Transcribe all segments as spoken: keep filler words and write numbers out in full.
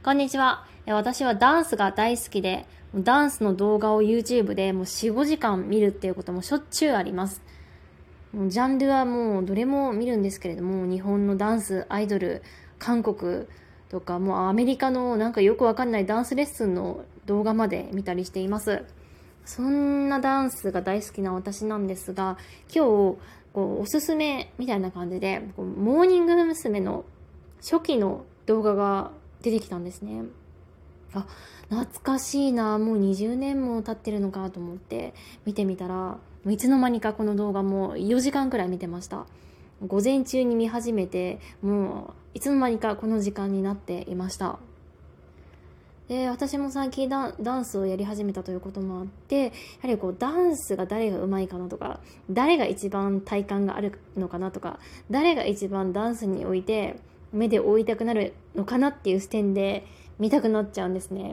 こんにちは。私はダンスが大好きで、ダンスの動画を YouTube でもうよん、ごじかん見るっていうこともしょっちゅうあります。もうジャンルはもうどれも見るんですけれども、日本のダンス、アイドル、韓国とか、もうアメリカのなんかよくわかんないダンスレッスンの動画まで見たりしています。そんなダンスが大好きな私なんですが、今日こうおすすめみたいな感じで、こうモーニング娘。の初期の動画が出てきたんですね。あ、懐かしいな、もうにじゅうねんも経ってるのかと思って見てみたら、いつの間にかこの動画もよじかんくらい見てました。午前中に見始めて、もういつの間にかこの時間になっていました。で、私も最近ダダンスをやり始めたということもあって、やはりこうダンスが誰が上手いかなとか、誰が一番体感があるのかなとか、誰が一番ダンスにおいて目で追いたくなるのかなっていう視点で見たくなっちゃうんですね。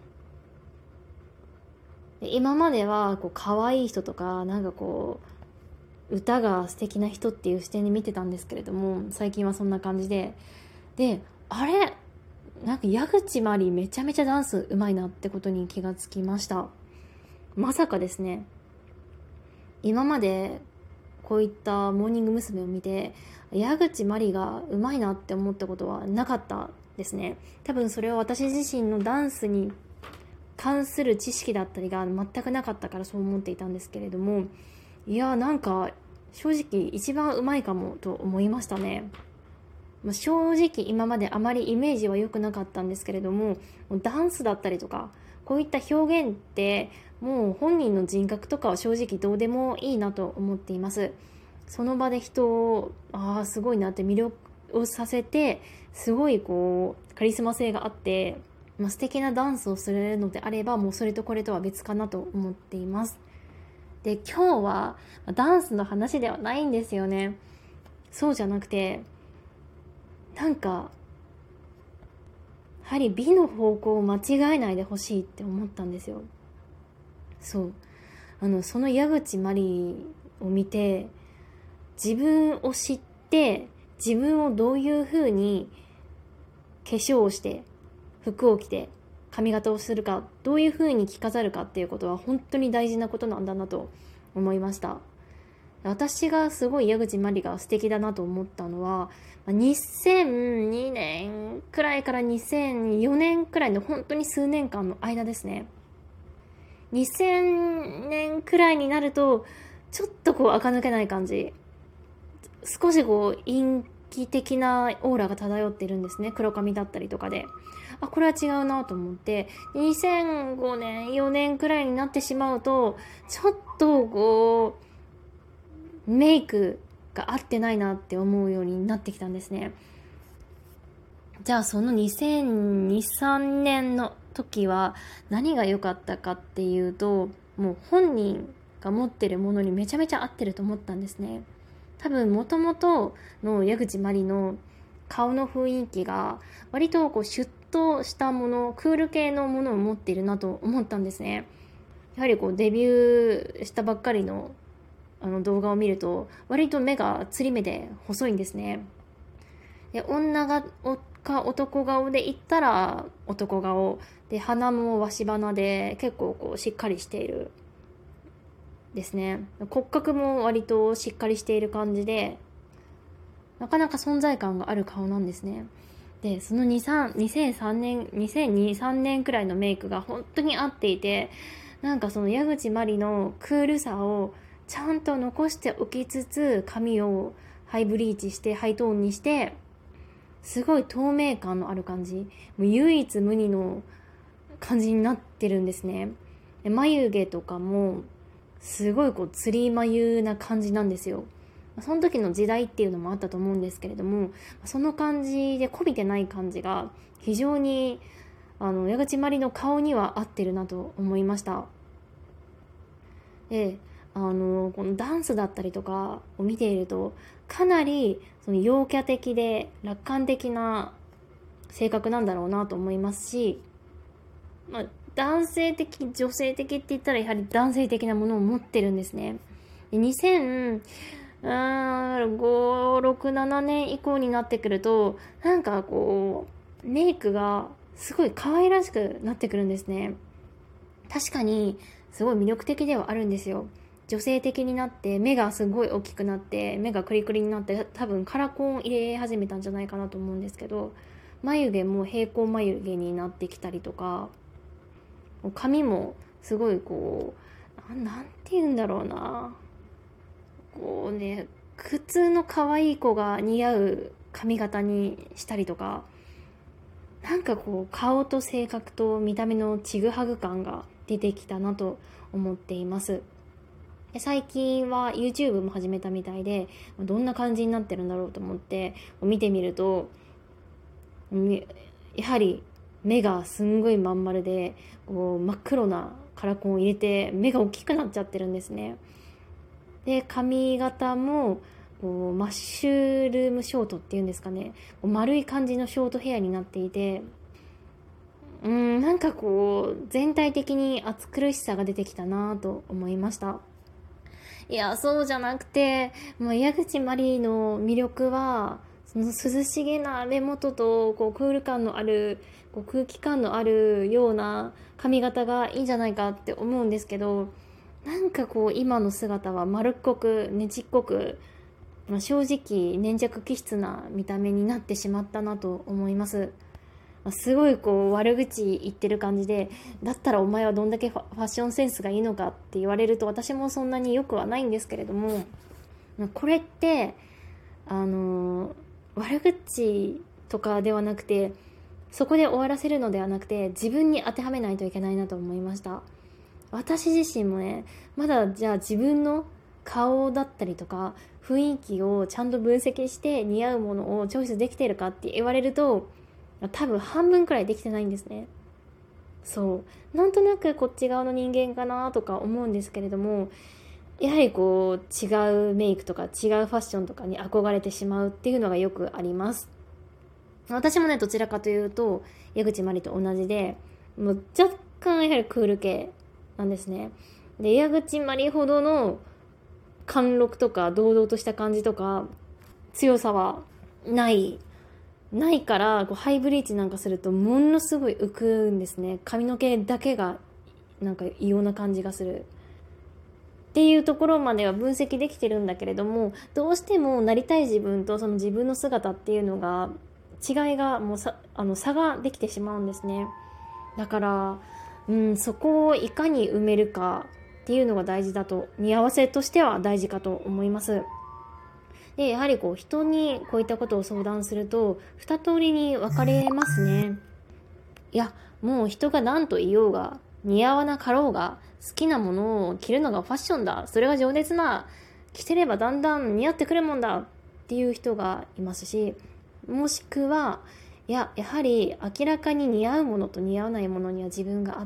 で、今まではこう可愛い人とか、なんかこう歌が素敵な人っていう視点で見てたんですけれども、最近はそんな感じで、で、あれなんか矢口真里めちゃめちゃダンス上手いなってことに気がつきました。まさかですね、今までこういったモーニング娘。を見て矢口真里が上手いなって思ったことはなかったですね。多分それは私自身のダンスに関する知識だったりが全くなかったからそう思っていたんですけれども、いやなんか正直一番上手いかもと思いましたね。正直今まであまりイメージは良くなかったんですけれども、ダンスだったりとかこういった表現ってもう本人の人格とかは正直どうでもいいなと思っています。その場で人をああすごいなって魅力をさせて、すごいこうカリスマ性があって、まあ、素敵なダンスをするのであれば、もうそれとこれとは別かなと思っています。で、今日はダンスの話ではないんですよね。そうじゃなくて、なんかやはり美の方向を間違えないでほしいって思ったんですよ。そうあのその矢口真里を見て、自分を知って自分をどういう風に化粧をして服を着て髪型をするか、どういう風に着飾るかっていうことは本当に大事なことなんだなと思いました。私がすごい矢口真里が素敵だなと思ったのは、にせんにねんくらいからにせんよねんくらいの本当に数年間の間ですね。にせんねんくらいになるとちょっとこう垢抜けない感じ、少しこう陰気的なオーラが漂っているんですね。黒髪だったりとかで、あ、これは違うなと思って、にせんごねんよねんくらいになってしまうとちょっとこうメイクが合ってないなって思うようになってきたんですね。じゃあそのにせんに、さんねんの時は何が良かったかっていうと、もう本人が持ってるものにめちゃめちゃ合ってると思ったんですね。多分元々の矢口真里の顔の雰囲気が割とこうシュッとしたもの、クール系のものを持っているなと思ったんですね。やはりこうデビューしたばっかりのあの動画を見ると割と目がつり目で細いんですね。で、女がか男顔で言ったら男顔で、鼻もわし鼻で結構こうしっかりしているですね。骨格も割としっかりしている感じで、なかなか存在感がある顔なんですね。で、そのにせんさんねんにせんに、さんねんくらいのメイクが本当に合っていて、なんかその矢口真里のクールさをちゃんと残しておきつつ、髪をハイブリーチしてハイトーンにして、すごい透明感のある感じ、もう唯一無二の感じになってるんですね。で、眉毛とかもすごいこうつり眉な感じなんですよ。その時の時代っていうのもあったと思うんですけれども、その感じでこびてない感じが非常にあの矢口真里の顔には合ってるなと思いました。で、あのこのダンスだったりとかを見ていると、かなりその陽キャ的で楽観的な性格なんだろうなと思いますし、まあ、男性的女性的って言ったらやはり男性的なものを持ってるんですね。で、にせんご、ろく、ななねん以降になってくると、なんかこうメイクがすごい可愛らしくなってくるんですね。確かにすごい魅力的ではあるんですよ。女性的になって、目がすごい大きくなって、目がクリクリになって、多分カラコン入れ始めたんじゃないかなと思うんですけど、眉毛も平行眉毛になってきたりとか、髪もすごいこう、な、なんて言うんだろうな、こうね、普通の可愛い子が似合う髪型にしたりとか、なんかこう顔と性格と見た目のちぐはぐ感が出てきたなと思っています。で最近は YouTube も始めたみたいで、どんな感じになってるんだろうと思って見てみると、やはり目がすんごいまん丸で、こう真っ黒なカラコンを入れて目が大きくなっちゃってるんですね。で髪型もこうマッシュルームショートっていうんですかね、丸い感じのショートヘアになっていて、うーんなんかこう全体的に暑苦しさが出てきたなと思いました。いやそうじゃなくて、もう矢口真理の魅力はその涼しげな目元とこうクール感のある、こう空気感のあるような髪型がいいんじゃないかって思うんですけど、なんかこう今の姿は丸っこくねちっこく、まあ、正直粘着気質な見た目になってしまったなと思います。すごいこう悪口言ってる感じで、だったらお前はどんだけファッションセンスがいいのかって言われると、私もそんなによくはないんですけれども、これってあの悪口とかではなくて、そこで終わらせるのではなくて、自分に当てはめないといけないなと思いました。私自身もね、まだじゃあ自分の顔だったりとか雰囲気をちゃんと分析して似合うものをチョイスできているかって言われると、多分半分くらいできてないんですね。そうなんとなくこっち側の人間かなとか思うんですけれども、やはりこう違うメイクとか違うファッションとかに憧れてしまうっていうのがよくあります。私もねどちらかというと矢口真理と同じで、もう若干やはりクール系なんですね。で矢口真理ほどの貫禄とか堂々とした感じとか強さはないないからこうハイブリーチなんかするとものすごい浮くんですね。髪の毛だけがなんか異様な感じがするっていうところまでは分析できてるんだけれども、どうしてもなりたい自分とその自分の姿っていうのが違いがもうさあの差ができてしまうんですね。だから、うん、そこをいかに埋めるかっていうのが大事だと、似合わせとしては大事かと思います。でやはりこう人にこういったことを相談すると二通りに分かれますね。いやもう人が何と言おうが似合わなかろうが好きなものを着るのがファッションだ、それが情熱な、着てればだんだん似合ってくるもんだっていう人がいますし、もしくはいややはり明らかに似合うものと似合わないものには自分があって、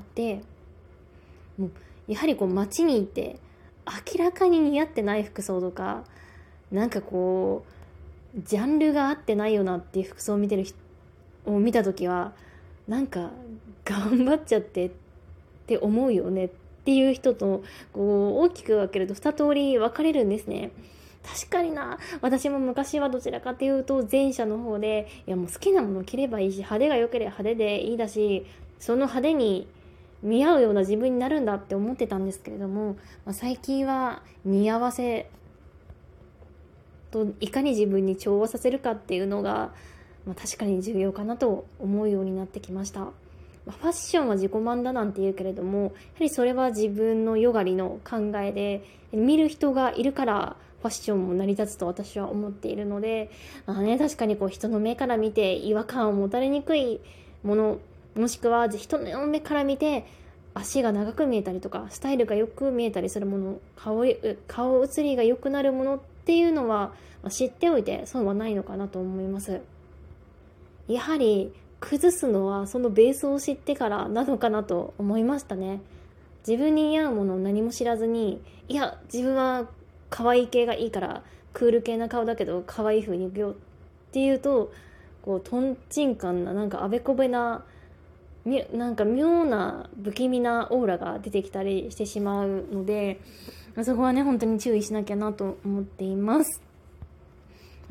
もうやはりこう街にいて明らかに似合ってない服装とか、なんかこうジャンルが合ってないよなっていう服装を見てる人を見たときは、なんか頑張っちゃってって思うよねっていう人と、こう大きく分けると二通り分かれるんですね。確かにな、私も昔はどちらかというと前者の方で、いやもう好きなものを着ればいいし、派手が良ければ派手でいいだし、その派手に似合うような自分になるんだって思ってたんですけれども、まあ、最近は似合わせといかに自分に調和させるかっていうのが、まあ、確かに重要かなと思うようになってきました。まあ、ファッションは自己満だなんて言うけれども、やはりそれは自分のよがりの考えで、見る人がいるからファッションも成り立つと私は思っているので、まあね、確かにこう人の目から見て違和感を持たれにくいもの、もしくは人の目から見て足が長く見えたりとかスタイルがよく見えたりするもの、顔顔写りが良くなるものっていうのは知っておいて損はないのかなと思います。やはり崩すのはそのベースを知ってからなのかなと思いましたね。自分に似合うものを何も知らずに、いや自分は可愛い系がいいからクール系な顔だけど可愛い風にいくよっていうと、こうトンチンカンな、なんかあべこべな、なんか妙な不気味なオーラが出てきたりしてしまうので、そこはね本当に注意しなきゃなと思っています。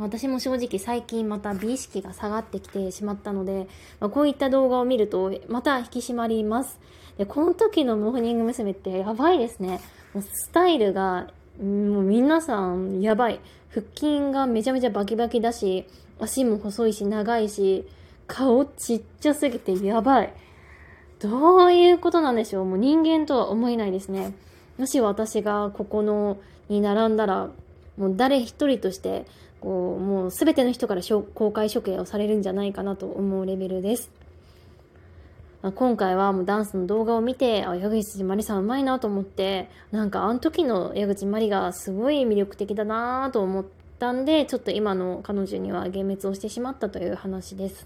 私も正直最近また美意識が下がってきてしまったので、まあ、こういった動画を見るとまた引き締まります。で、この時のモーニング娘。ってやばいですね。もうスタイルが、もう皆さんやばい。腹筋がめちゃめちゃバキバキだし、足も細いし長いし、顔ちっちゃすぎてやばい。どういうことなんでしょう。もう人間とは思えないですね。もし私がここのに並んだら、もう誰一人としてこうもう全ての人から公開処刑をされるんじゃないかなと思うレベルです。まあ、今回はもうダンスの動画を見て、あ、矢口まりさんうまいなと思って、なんかあの時の矢口まりがすごい魅力的だなと思ったんで、ちょっと今の彼女には幻滅をしてしまったという話です。